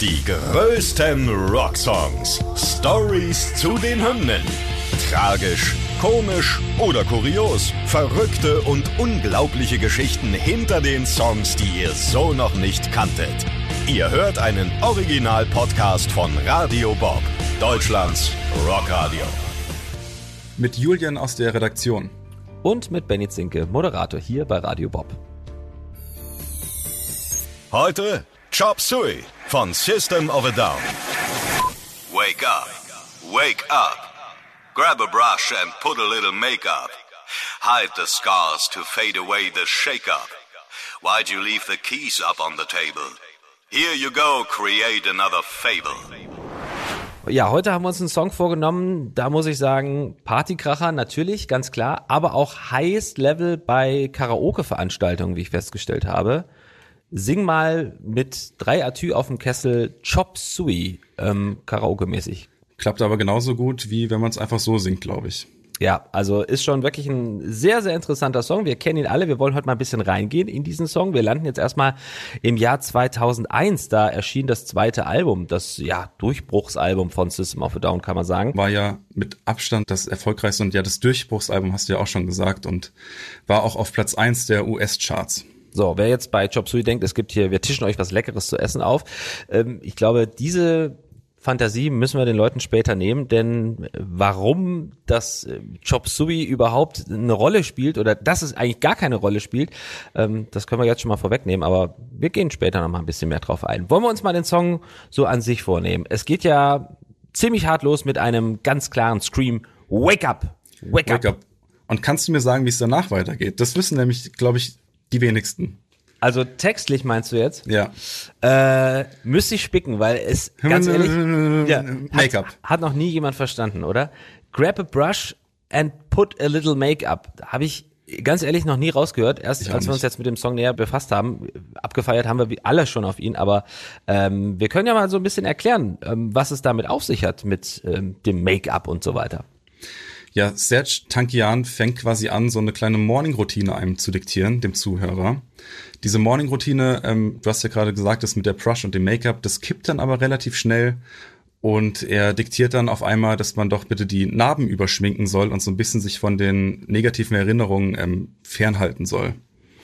Die größten Rocksongs. Stories zu den Hymnen. Tragisch, komisch oder kurios. Verrückte und unglaubliche Geschichten hinter den Songs, die ihr so noch nicht kanntet. Ihr hört einen Original-Podcast von Radio Bob, Deutschlands Rockradio. Mit Julian aus der Redaktion. Und mit Benny Zinke, Moderator hier bei Radio Bob. Heute Chop Suey von System of a Down. Wake up, wake up. Grab a brush and put a little makeup. Hide the scars to fade away the shake-up. Why'd you leave the keys up on the table? Here you go, create another fable. Ja, heute haben wir uns einen Song vorgenommen, da muss ich sagen, Partykracher natürlich, ganz klar, aber auch Highest Level bei Karaoke-Veranstaltungen, wie ich festgestellt habe. Sing mal mit 3 Atü auf dem Kessel Chop Suey, Karaoke-mäßig. Klappt aber genauso gut, wie wenn man es einfach so singt, glaube ich. Ja, also ist schon wirklich ein sehr, sehr interessanter Song. Wir kennen ihn alle. Wir wollen heute mal ein bisschen reingehen in diesen Song. Wir landen jetzt erstmal im Jahr 2001. Da erschien das zweite Album, das Durchbruchsalbum von System of a Down, kann man sagen. War ja mit Abstand das erfolgreichste und das Durchbruchsalbum, hast du ja auch schon gesagt, und war auch auf Platz 1 der US-Charts. So, wer jetzt bei Chop Suey denkt, wir tischen euch was Leckeres zu essen auf. Ich glaube, diese Fantasie müssen wir den Leuten später nehmen, denn warum das Chop Suey überhaupt eine Rolle spielt oder dass es eigentlich gar keine Rolle spielt, das können wir jetzt schon mal vorwegnehmen, aber wir gehen später noch mal ein bisschen mehr drauf ein. Wollen wir uns mal den Song so an sich vornehmen? Es geht ja ziemlich hart los mit einem ganz klaren Scream, Wake up! Wake up! Und kannst du mir sagen, wie es danach weitergeht? Das wissen nämlich, glaube ich, die wenigsten. Also textlich meinst du jetzt? Ja. Müsste ich spicken, weil es, ganz ehrlich, Make-up. Hat noch nie jemand verstanden, oder? Grab a brush and put a little Make-up. Habe ich ganz ehrlich noch nie rausgehört. Erst als wir uns jetzt mit dem Song näher befasst haben, abgefeiert haben wir alle schon auf ihn, aber wir können ja mal so ein bisschen erklären, was es damit auf sich hat mit dem Make-up und so weiter. Ja, Serj Tankian fängt quasi an, so eine kleine Morning-Routine einem zu diktieren, dem Zuhörer. Diese Morning-Routine, du hast ja gerade gesagt, das mit der Brush und dem Make-up, das kippt dann aber relativ schnell und er diktiert dann auf einmal, dass man doch bitte die Narben überschminken soll und so ein bisschen sich von den negativen Erinnerungen fernhalten soll.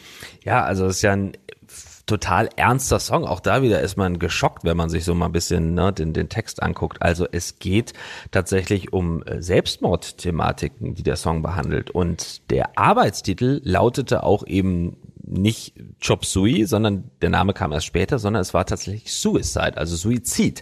Ja, also es ist ja ein total ernster Song. Auch da wieder ist man geschockt, wenn man sich so mal ein bisschen den Text anguckt. Also es geht tatsächlich um Selbstmordthematiken, die der Song behandelt. Und der Arbeitstitel lautete auch eben nicht Chop Suey, sondern der Name kam erst später, sondern es war tatsächlich Suicide, also Suizid.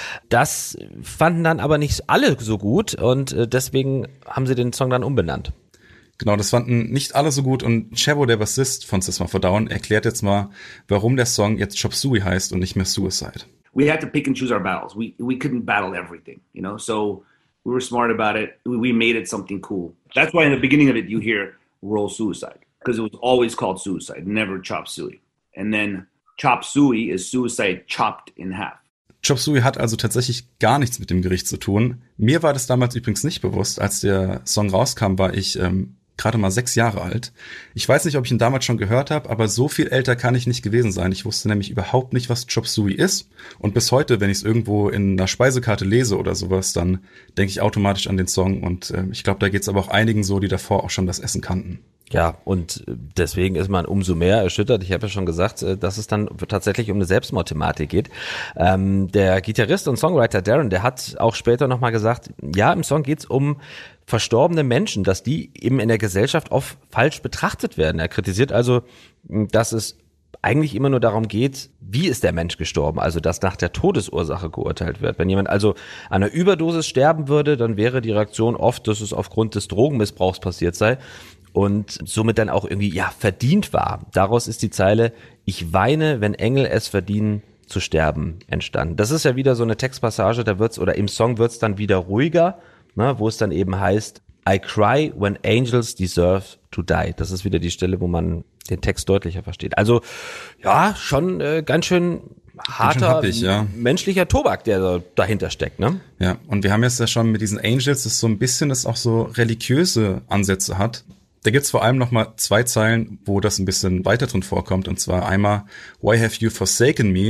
Das fanden dann aber nicht alle so gut und deswegen haben sie den Song dann umbenannt. Genau, das fanden nicht alle so gut und Chevo, der Bassist von System of a Down, erklärt jetzt mal, warum der Song jetzt Chop Suey heißt und nicht mehr Suicide. We had to pick and choose our battles. We couldn't battle everything, you know, so we were smart about it. We made it something cool. That's why in the beginning of it you hear Roll Suicide, because it was always called Suicide, never Chop Suey. And then Chop Suey is suicide chopped in half. Chop Suey hat also tatsächlich gar nichts mit dem Gericht zu tun. Mir war das damals übrigens nicht bewusst. Als der Song rauskam, war ich gerade mal 6 Jahre alt. Ich weiß nicht, ob ich ihn damals schon gehört habe, aber so viel älter kann ich nicht gewesen sein. Ich wusste nämlich überhaupt nicht, was Chop Suey ist. Und bis heute, wenn ich es irgendwo in einer Speisekarte lese oder sowas, dann denke ich automatisch an den Song. Und ich glaube, da geht es aber auch einigen so, die davor auch schon das Essen kannten. Ja, und deswegen ist man umso mehr erschüttert. Ich habe ja schon gesagt, dass es dann tatsächlich um eine Selbstmordthematik geht. Der Gitarrist und Songwriter Darren, der hat auch später nochmal gesagt, ja, im Song geht's um verstorbene Menschen, dass die eben in der Gesellschaft oft falsch betrachtet werden. Er kritisiert also, dass es eigentlich immer nur darum geht, wie ist der Mensch gestorben, also dass nach der Todesursache geurteilt wird. Wenn jemand also an einer Überdosis sterben würde, dann wäre die Reaktion oft, dass es aufgrund des Drogenmissbrauchs passiert sei und somit dann auch irgendwie verdient war. Daraus ist die Zeile, ich weine, wenn Engel es verdienen zu sterben, entstanden. Das ist ja wieder so eine Textpassage, im Song wird's dann wieder ruhiger, wo es dann eben heißt, I cry when angels deserve to die. Das ist wieder die Stelle, wo man den Text deutlicher versteht. Also ja, schon ganz schön harter, happig, menschlicher Tobak, der dahinter steckt, ne? Ja, und wir haben jetzt ja schon mit diesen Angels, das so ein bisschen das auch so religiöse Ansätze hat. Da gibt's vor allem noch mal 2 Zeilen, wo das ein bisschen weiter drin vorkommt, und zwar einmal Why have you forsaken me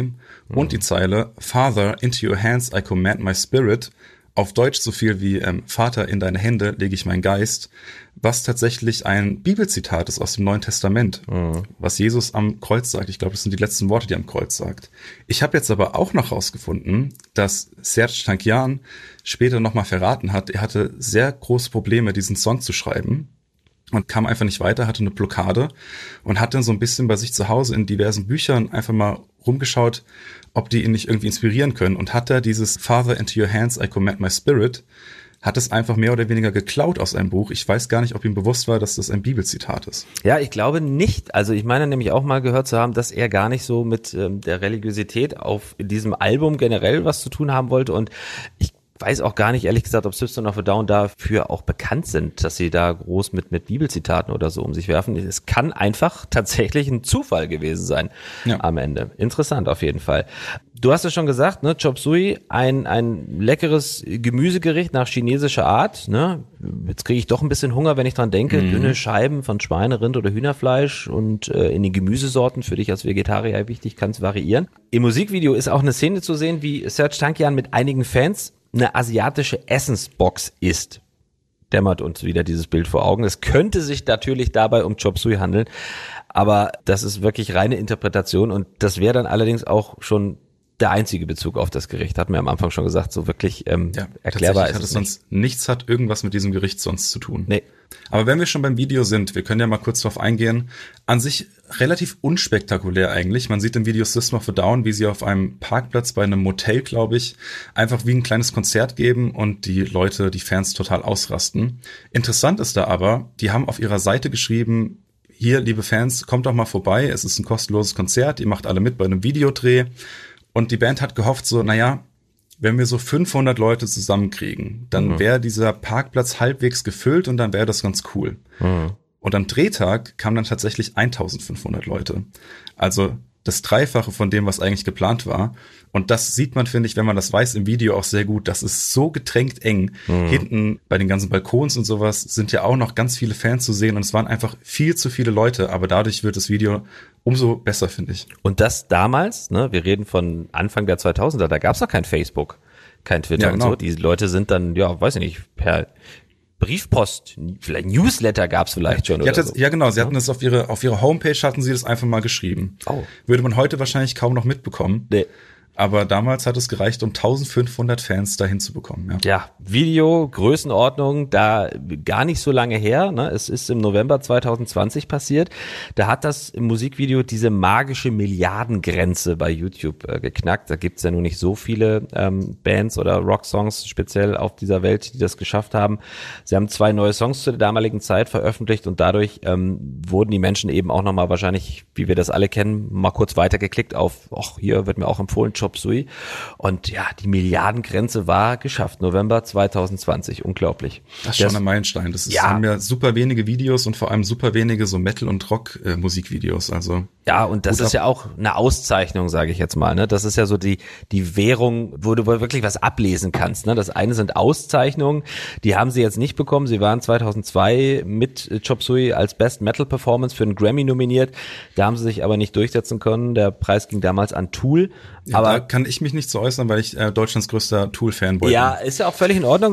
und die Zeile Father, into your hands I command my spirit, auf Deutsch so viel wie Vater, in deine Hände lege ich meinen Geist, was tatsächlich ein Bibelzitat ist aus dem Neuen Testament, was Jesus am Kreuz sagt. Ich glaube, das sind die letzten Worte, die er am Kreuz sagt. Ich habe jetzt aber auch noch rausgefunden, dass Serj Tankian später nochmal verraten hat, er hatte sehr große Probleme, diesen Song zu schreiben und kam einfach nicht weiter, hatte eine Blockade und hat dann so ein bisschen bei sich zu Hause in diversen Büchern einfach mal rumgeschaut, ob die ihn nicht irgendwie inspirieren können, und hat da dieses Father, into your hands I command my spirit, hat es einfach mehr oder weniger geklaut aus einem Buch. Ich weiß gar nicht, ob ihm bewusst war, dass das ein Bibelzitat ist. Ja, ich glaube nicht. Also ich meine nämlich auch mal gehört zu haben, dass er gar nicht so mit der Religiosität auf diesem Album generell was zu tun haben wollte, und ich weiß auch gar nicht, ehrlich gesagt, ob System of a Down dafür auch bekannt sind, dass sie da groß mit Bibelzitaten oder so um sich werfen. Es kann einfach tatsächlich ein Zufall gewesen sein am Ende. Interessant auf jeden Fall. Du hast es schon gesagt, ne, Chop Suey, ein leckeres Gemüsegericht nach chinesischer Art, ne? Jetzt kriege ich doch ein bisschen Hunger, wenn ich dran denke. Dünne Scheiben von Schweine-, Rind- oder Hühnerfleisch, und in den Gemüsesorten, für dich als Vegetarier wichtig, kann es variieren. Im Musikvideo ist auch eine Szene zu sehen, wie Serj Tankian mit einigen Fans eine asiatische Essensbox isst. Dämmert uns wieder dieses Bild vor Augen. Es könnte sich natürlich dabei um Chop Suey handeln, aber das ist wirklich reine Interpretation, und das wäre dann allerdings auch schon der einzige Bezug auf das Gericht, hat mir am Anfang schon gesagt, so wirklich erklärbar ist hat es sonst nichts hat irgendwas mit diesem Gericht sonst zu tun. Nee. Aber wenn wir schon beim Video sind, wir können ja mal kurz drauf eingehen. An sich relativ unspektakulär eigentlich. Man sieht im Video System of a Down, wie sie auf einem Parkplatz bei einem Motel, glaube ich, einfach wie ein kleines Konzert geben und die Leute, die Fans total ausrasten. Interessant ist da aber, die haben auf ihrer Seite geschrieben, hier, liebe Fans, kommt doch mal vorbei, es ist ein kostenloses Konzert, ihr macht alle mit bei einem Videodreh. Und die Band hat gehofft so, naja, wenn wir so 500 Leute zusammenkriegen, dann wäre dieser Parkplatz halbwegs gefüllt und dann wäre das ganz cool. Und am Drehtag kamen dann tatsächlich 1500 Leute. Also das Dreifache von dem, was eigentlich geplant war. Und das sieht man, finde ich, wenn man das weiß, im Video auch sehr gut. Das ist so gedrängt eng. Hinten bei den ganzen Balkons und sowas sind ja auch noch ganz viele Fans zu sehen. Und es waren einfach viel zu viele Leute. Aber dadurch wird das Video umso besser, finde ich. Und das damals, ne, wir reden von Anfang der 2000er, da gab es noch kein Facebook, kein Twitter und so. Die Leute sind dann, ja, weiß ich nicht, per Briefpost, vielleicht Newsletter gab's vielleicht schon. Oder so. Ja, genau. Sie hatten das auf ihre Homepage, hatten sie das einfach mal geschrieben. Oh. Würde man heute wahrscheinlich kaum noch mitbekommen. Nee. Aber damals hat es gereicht, um 1500 Fans dahin zu bekommen. Ja, Video, Größenordnung, da gar nicht so lange her. Ne? Es ist im November 2020 passiert. Da hat das Musikvideo diese magische Milliardengrenze bei YouTube geknackt. Da gibt's ja nun nicht so viele Bands oder Rocksongs speziell auf dieser Welt, die das geschafft haben. Sie haben 2 neue Songs zu der damaligen Zeit veröffentlicht, und dadurch wurden die Menschen eben auch nochmal wahrscheinlich, wie wir das alle kennen, mal kurz weitergeklickt auf, hier wird mir auch empfohlen, Chop Suey. Und ja, die Milliardengrenze war geschafft. November 2020. Unglaublich. Das ist schon ein Meilenstein. Das ist, haben ja super wenige Videos und vor allem super wenige so Metal- und Rock-Musikvideos. Also ja, und das ist ja auch eine Auszeichnung, sage ich jetzt mal. Ne? Das ist ja so die Währung, wo du wirklich was ablesen kannst. Ne? Das eine sind Auszeichnungen, die haben sie jetzt nicht bekommen. Sie waren 2002 mit Chop Suey als Best Metal Performance für einen Grammy nominiert. Da haben sie sich aber nicht durchsetzen können. Der Preis ging damals an Tool. Ja, aber da kann ich mich nicht so äußern, weil ich Deutschlands größter Tool-Fanboy bin. Ja, ist ja auch völlig in Ordnung.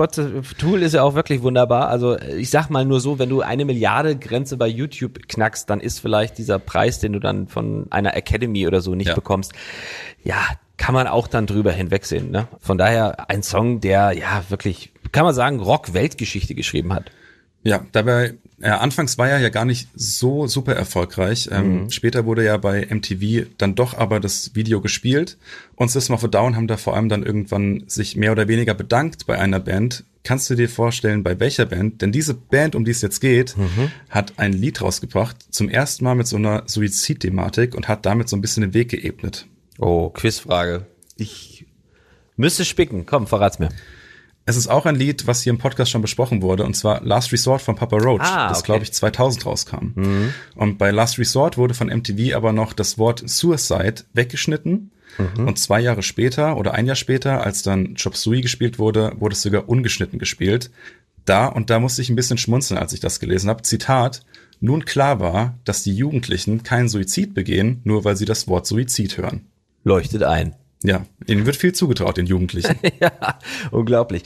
Tool ist ja auch wirklich wunderbar. Also ich sag mal nur so, wenn du 1 Milliarde Grenze bei YouTube knackst, dann ist vielleicht dieser Preis, den du dann von einer Academy oder so nicht bekommst, ja, kann man auch dann drüber hinwegsehen. Ne? Von daher ein Song, der ja wirklich, kann man sagen, Rock-Weltgeschichte geschrieben hat. Ja, dabei, anfangs war er ja gar nicht so super erfolgreich. Später wurde ja bei MTV dann doch aber das Video gespielt, und System of a Down haben da vor allem dann irgendwann sich mehr oder weniger bedankt bei einer Band. Kannst du dir vorstellen, bei welcher Band? Denn diese Band, um die es jetzt geht, hat ein Lied rausgebracht, zum ersten Mal mit so einer Suizidthematik, und hat damit so ein bisschen den Weg geebnet. Oh, Quizfrage. Ich müsste spicken. Komm, verrat's mir. Es ist auch ein Lied, was hier im Podcast schon besprochen wurde, und zwar Last Resort von Papa Roach, das, glaube ich, 2000 rauskam. Und bei Last Resort wurde von MTV aber noch das Wort Suicide weggeschnitten. Und 2 Jahre später oder 1 Jahr später, als dann Chop Suey gespielt wurde, wurde es sogar ungeschnitten gespielt. Da musste ich ein bisschen schmunzeln, als ich das gelesen habe. Zitat: Nun klar war, dass die Jugendlichen keinen Suizid begehen, nur weil sie das Wort Suizid hören. leuchtet ein. Ja, ihnen wird viel zugetraut, den Jugendlichen. Ja, unglaublich.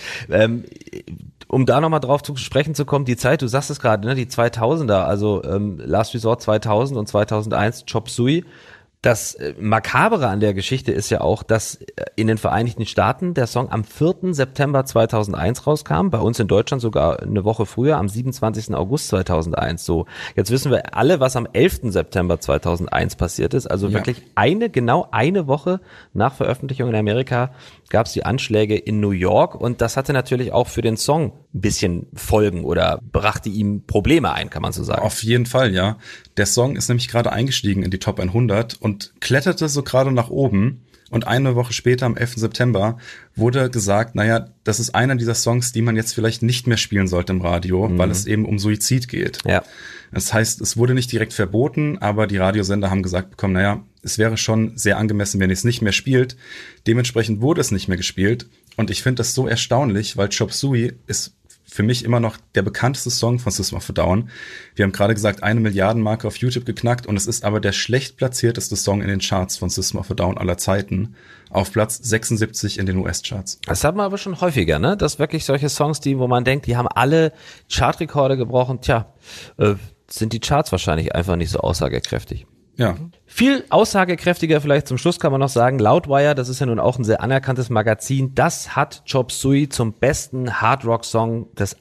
Um da nochmal drauf zu sprechen zu kommen, die Zeit, du sagst es gerade, ne, die 2000er, also Last Resort 2000 und 2001, Chop Suey. Das Makabere an der Geschichte ist ja auch, dass in den Vereinigten Staaten der Song am 4. September 2001 rauskam, bei uns in Deutschland sogar eine Woche früher, am 27. August 2001. So, jetzt wissen wir alle, was am 11. September 2001 passiert ist. Also wirklich genau eine Woche nach Veröffentlichung in Amerika gab es die Anschläge in New York und das hatte natürlich auch für den Song ein bisschen Folgen oder brachte ihm Probleme ein, kann man so sagen. Auf jeden Fall, ja. Der Song ist nämlich gerade eingestiegen in die Top 100 und kletterte so gerade nach oben. Und eine Woche später, am 11. September, wurde gesagt, naja, das ist einer dieser Songs, die man jetzt vielleicht nicht mehr spielen sollte im Radio, weil es eben um Suizid geht. Ja. Das heißt, es wurde nicht direkt verboten, aber die Radiosender haben gesagt bekommen, naja, es wäre schon sehr angemessen, wenn ihr es nicht mehr spielt. Dementsprechend wurde es nicht mehr gespielt. Und ich finde das so erstaunlich, weil Chop Suey ist für mich immer noch der bekannteste Song von System of a Down. Wir haben gerade gesagt, 1 Milliarden-Marke auf YouTube geknackt und es ist aber der schlecht platzierteste Song in den Charts von System of a Down aller Zeiten. Auf Platz 76 in den US-Charts. Das hat man aber schon häufiger, ne? Dass wirklich solche Songs, wo man denkt, die haben alle Chartrekorde gebrochen, sind die Charts wahrscheinlich einfach nicht so aussagekräftig. Ja. Viel aussagekräftiger vielleicht zum Schluss kann man noch sagen, Loudwire, das ist ja nun auch ein sehr anerkanntes Magazin, das hat Chop Suey zum besten Hard-Rock-Song des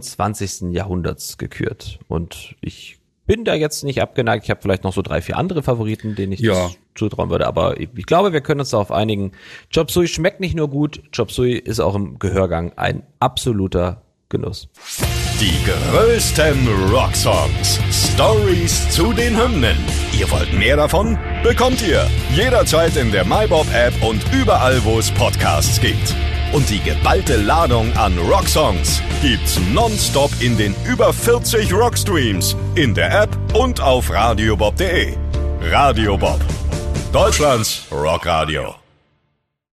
21. Jahrhunderts gekürt. Und ich bin da jetzt nicht abgeneigt, ich habe vielleicht noch so 3, 4 andere Favoriten, denen ich das zutrauen würde, aber ich glaube, wir können uns darauf einigen, Chop Suey schmeckt nicht nur gut, Chop Suey ist auch im Gehörgang ein absoluter Genuss. Die größten Rocksongs. Stories zu den Hymnen. Ihr wollt mehr davon? Bekommt ihr jederzeit in der MyBob-App und überall, wo es Podcasts gibt. Und die geballte Ladung an Rocksongs gibt's nonstop in den über 40 Rockstreams, in der App und auf radiobob.de. Radio Bob, Deutschlands Rockradio.